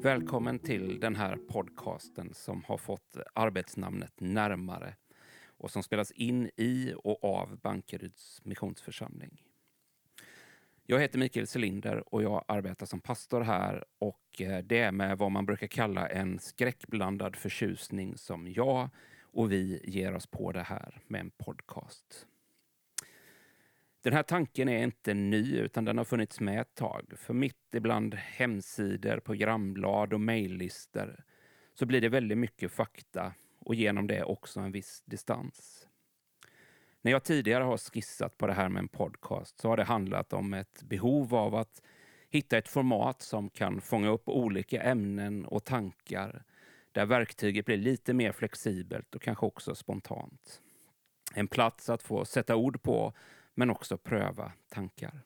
Välkommen till den här podcasten som har fått arbetsnamnet Närmare och som spelas in i och av Bankeryds missionsförsamling. Jag heter Mikael Celinder och jag arbetar som pastor här och det är med vad man brukar kalla en skräckblandad förtjusning som jag och vi ger oss på det här med en podcast. Den här tanken är inte ny utan den har funnits med ett tag. För mitt ibland hemsidor, programblad och mejllistor så blir det väldigt mycket fakta och genom det också en viss distans. När jag tidigare har skissat på det här med en podcast så har det handlat om ett behov av att hitta ett format som kan fånga upp olika ämnen och tankar där verktyget blir lite mer flexibelt och kanske också spontant. En plats att få sätta ord på men också pröva tankar.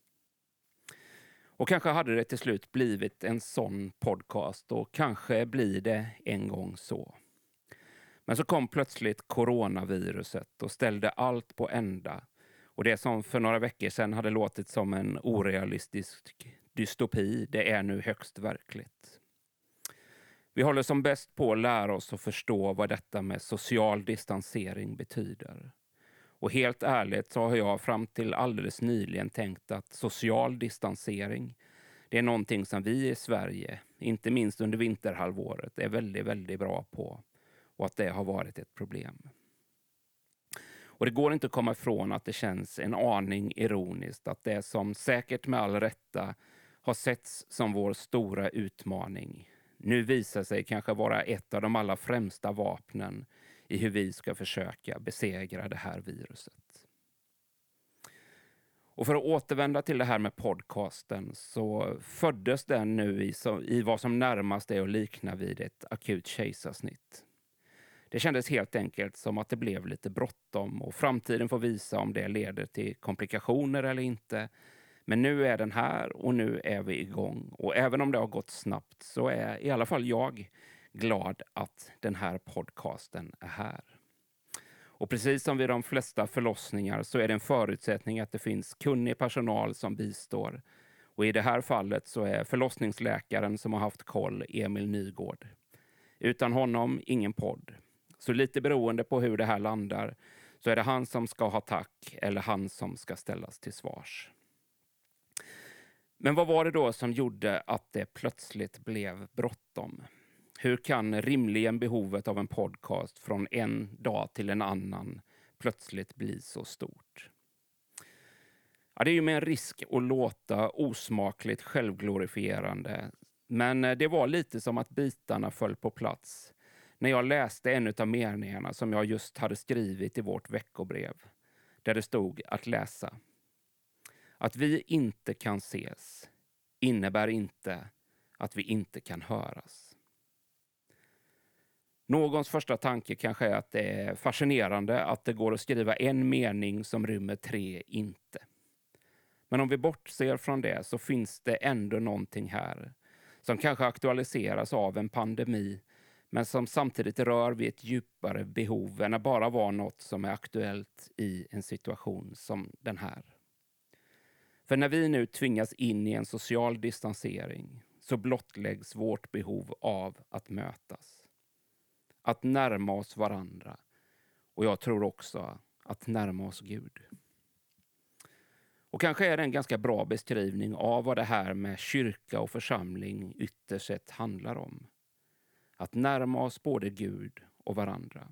Och kanske hade det till slut blivit en sån podcast och kanske blir det en gång så. Men så kom plötsligt coronaviruset och ställde allt på ända. Och det som för några veckor sedan hade låtit som en orealistisk dystopi, det är nu högst verkligt. Vi håller som bäst på att lära oss att förstå vad detta med social distansering betyder. Och helt ärligt så har jag fram till alldeles nyligen tänkt att social distansering, det är någonting som vi i Sverige, inte minst under vinterhalvåret, är väldigt, väldigt bra på. Och att det har varit ett problem. Och det går inte att komma ifrån att det känns en aning ironiskt att det som säkert med all rätta har setts som vår stora utmaning nu visar sig kanske vara ett av de allra främsta vapnen i hur vi ska försöka besegra det här viruset. Och för att återvända till det här med podcasten så föddes den nu i vad som närmast är att likna vid ett akut kejsarsnitt. Det kändes helt enkelt som att det blev lite bråttom och framtiden får visa om det leder till komplikationer eller inte. Men nu är den här och nu är vi igång. Och även om det har gått snabbt så är i alla fall jag glad att den här podcasten är här. Och precis som vid de flesta förlossningar så är det en förutsättning att det finns kunnig personal som bistår. Och i det här fallet så är förlossningsläkaren som har haft koll Emil Nygård. Utan honom ingen podd. Så lite beroende på hur det här landar så är det han som ska ha tack eller han som ska ställas till svars. Men vad var det då som gjorde att det plötsligt blev bråttom? Hur kan rimligen behovet av en podcast från en dag till en annan plötsligt bli så stort? Ja, det är ju med en risk att låta osmakligt självglorifierande. Men det var lite som att bitarna föll på plats när jag läste en av meningarna som jag just hade skrivit i vårt veckobrev. Där det stod att läsa. Att vi inte kan ses innebär inte att vi inte kan höras. Någons första tanke kanske är att det är fascinerande att det går att skriva en mening som rymmer 3 inte. Men om vi bortser från det så finns det ändå någonting här som kanske aktualiseras av en pandemi men som samtidigt rör vid ett djupare behov än att bara vara något som är aktuellt i en situation som den här. För när vi nu tvingas in i en social distansering så blottläggs vårt behov av att mötas. Att närma oss varandra och jag tror också att närma oss Gud. Och kanske är det en ganska bra beskrivning av vad det här med kyrka och församling ytterst sett handlar om. Att närma oss både Gud och varandra.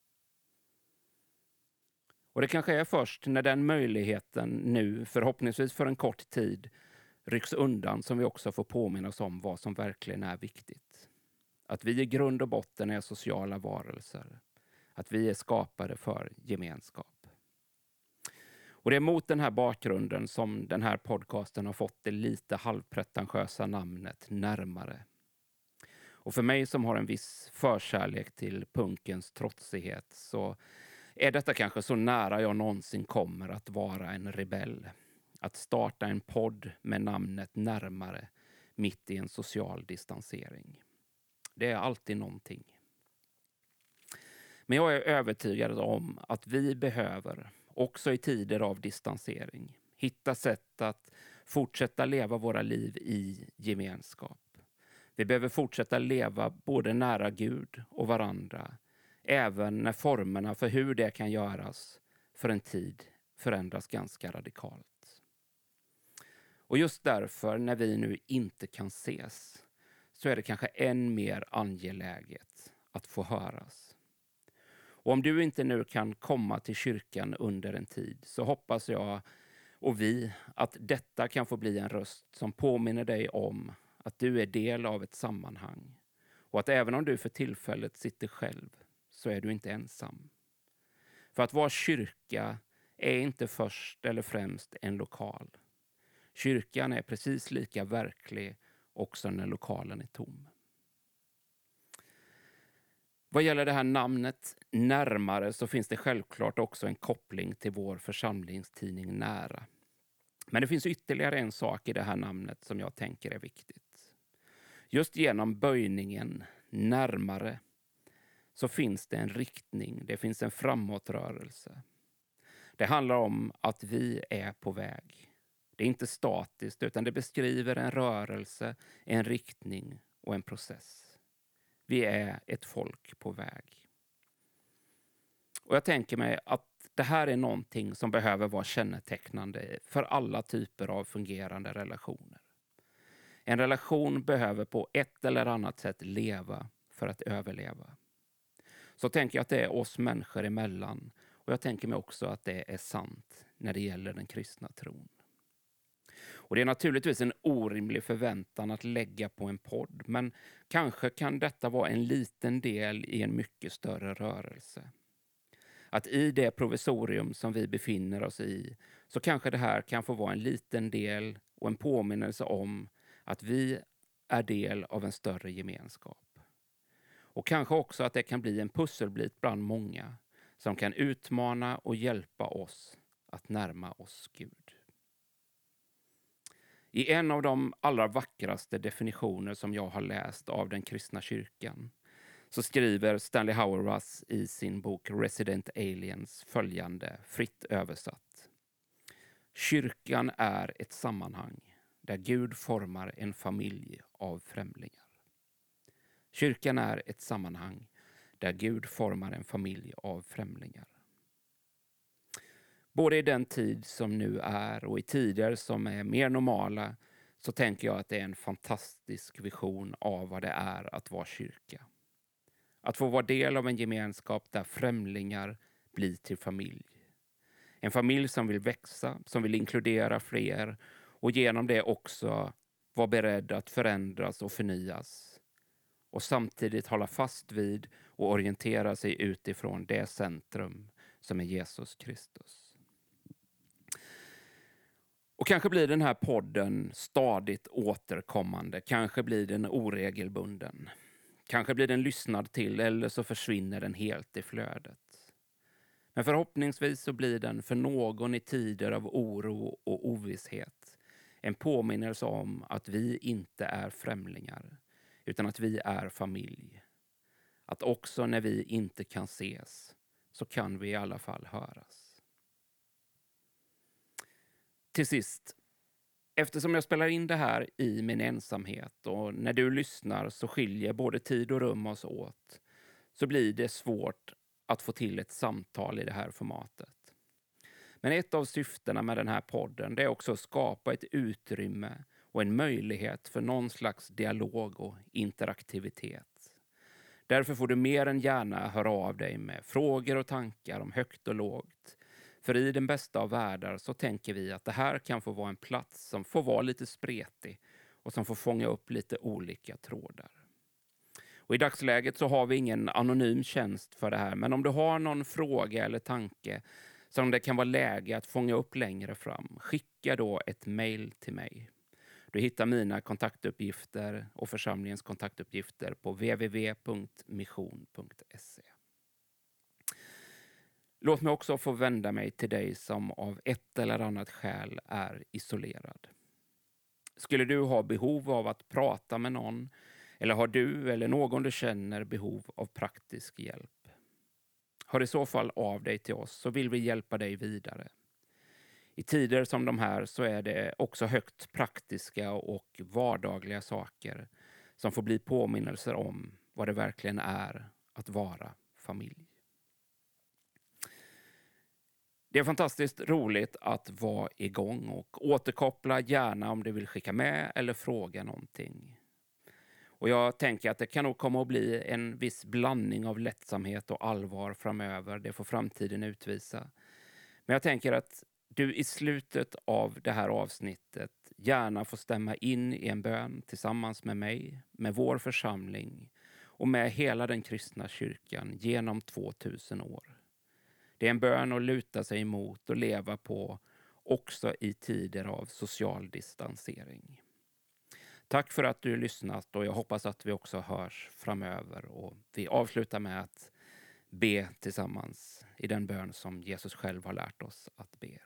Och det kanske är först när den möjligheten nu, förhoppningsvis för en kort tid, rycks undan som vi också får påminna oss om vad som verkligen är viktigt. Att vi i grund och botten är sociala varelser. Att vi är skapade för gemenskap. Och det är mot den här bakgrunden som den här podcasten har fått det lite halvpretentiösa namnet Närmare. Och för mig som har en viss förkärlek till punkens trotsighet så är detta kanske så nära jag någonsin kommer att vara en rebell. Att starta en podd med namnet Närmare mitt i en social distansering. Det är alltid någonting. Men jag är övertygad om att vi behöver, också i tider av distansering, hitta sätt att fortsätta leva våra liv i gemenskap. Vi behöver fortsätta leva både nära Gud och varandra, även när formerna för hur det kan göras för en tid förändras ganska radikalt. Och just därför, när vi nu inte kan ses, så är det kanske än mer angeläget att få höras. Och om du inte nu kan komma till kyrkan under en tid, så hoppas jag och vi att detta kan få bli en röst som påminner dig om att du är del av ett sammanhang. Och att även om du för tillfället sitter själv, så är du inte ensam. För att vara kyrka är inte först eller främst en lokal. Kyrkan är precis lika verklig också när lokalen är tom. Vad gäller det här namnet Närmare, så finns det självklart också en koppling till vår församlingstidning Nära. Men det finns ytterligare en sak i det här namnet som jag tänker är viktigt. Just genom böjningen Närmare så finns det en riktning, det finns en framåtrörelse. Det handlar om att vi är på väg. Det är inte statiskt, utan det beskriver en rörelse, en riktning och en process. Vi är ett folk på väg. Och jag tänker mig att det här är någonting som behöver vara kännetecknande för alla typer av fungerande relationer. En relation behöver på ett eller annat sätt leva för att överleva. Så tänker jag att det är oss människor emellan, och jag tänker mig också att det är sant när det gäller den kristna tron. Och det är naturligtvis en orimlig förväntan att lägga på en podd, men kanske kan detta vara en liten del i en mycket större rörelse. Att i det provisorium som vi befinner oss i, så kanske det här kan få vara en liten del och en påminnelse om att vi är del av en större gemenskap. Och kanske också att det kan bli en pusselbit bland många som kan utmana och hjälpa oss att närma oss Gud. I en av de allra vackraste definitioner som jag har läst av den kristna kyrkan, så skriver Stanley Hauerwas i sin bok Resident Aliens följande, fritt översatt. Kyrkan är ett sammanhang där Gud formar en familj av främlingar. Kyrkan är ett sammanhang där Gud formar en familj av främlingar. Både i den tid som nu är och i tider som är mer normala, så tänker jag att det är en fantastisk vision av vad det är att vara kyrka. Att få vara del av en gemenskap där främlingar blir till familj. En familj som vill växa, som vill inkludera fler och genom det också vara beredd att förändras och förnyas. Och samtidigt hålla fast vid och orientera sig utifrån det centrum som är Jesus Kristus. Och kanske blir den här podden stadigt återkommande, kanske blir den oregelbunden. Kanske blir den lyssnad till eller så försvinner den helt i flödet. Men förhoppningsvis så blir den för någon i tider av oro och ovisshet en påminnelse om att vi inte är främlingar utan att vi är familj. Att också när vi inte kan ses så kan vi i alla fall höras. Till sist, eftersom jag spelar in det här i min ensamhet och när du lyssnar så skiljer både tid och rum oss åt, så blir det svårt att få till ett samtal i det här formatet. Men ett av syftena med den här podden, det är också att skapa ett utrymme och en möjlighet för någon slags dialog och interaktivitet. Därför får du mer än gärna höra av dig med frågor och tankar om högt och lågt. För i den bästa av världar så tänker vi att det här kan få vara en plats som får vara lite spretig och som får fånga upp lite olika trådar. Och i dagsläget så har vi ingen anonym tjänst för det här, men om du har någon fråga eller tanke som det kan vara läge att fånga upp längre fram, skicka då ett mejl till mig. Du hittar mina kontaktuppgifter och församlingens kontaktuppgifter på www.mission.se. Låt mig också få vända mig till dig som av ett eller annat skäl är isolerad. Skulle du ha behov av att prata med någon, eller har du eller någon du känner behov av praktisk hjälp? Hör i så fall av dig till oss så vill vi hjälpa dig vidare. I tider som de här så är det också högt praktiska och vardagliga saker som får bli påminnelser om vad det verkligen är att vara familj. Det är fantastiskt roligt att vara igång och återkoppla gärna om du vill skicka med eller fråga någonting. Och jag tänker att det kan nog komma att bli en viss blandning av lättsamhet och allvar framöver. Det får framtiden utvisa. Men jag tänker att du i slutet av det här avsnittet gärna får stämma in i en bön tillsammans med mig, med vår församling och med hela den kristna kyrkan genom 2000 år. Det är en bön att luta sig emot och leva på också i tider av social distansering. Tack för att du har lyssnat och jag hoppas att vi också hörs framöver. Och vi avslutar med att be tillsammans i den bön som Jesus själv har lärt oss att be.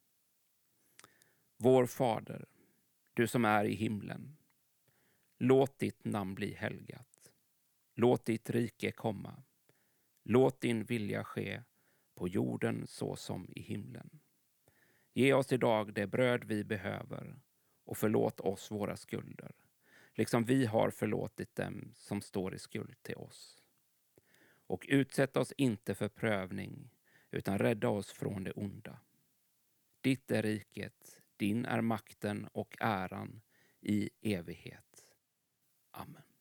Vår Fader, du som är i himlen. Låt ditt namn bli helgat. Låt ditt rike komma. Låt din vilja ske på jorden så som i himlen. Ge oss idag det bröd vi behöver och förlåt oss våra skulder, liksom vi har förlåtit dem som står i skuld till oss. Och utsätt oss inte för prövning, utan rädda oss från det onda. Ditt är riket, din är makten och äran i evighet. Amen.